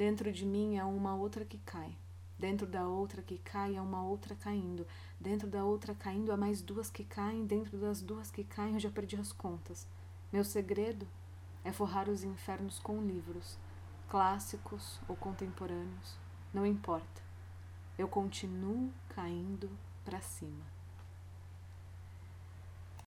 Dentro de mim é uma outra que cai. Dentro da outra que cai é uma outra caindo. Dentro da outra caindo há mais duas que caem. Dentro das duas que caem eu já perdi as contas. Meu segredo é forrar os infernos com livros, clássicos ou contemporâneos. Não importa. Eu continuo caindo para cima.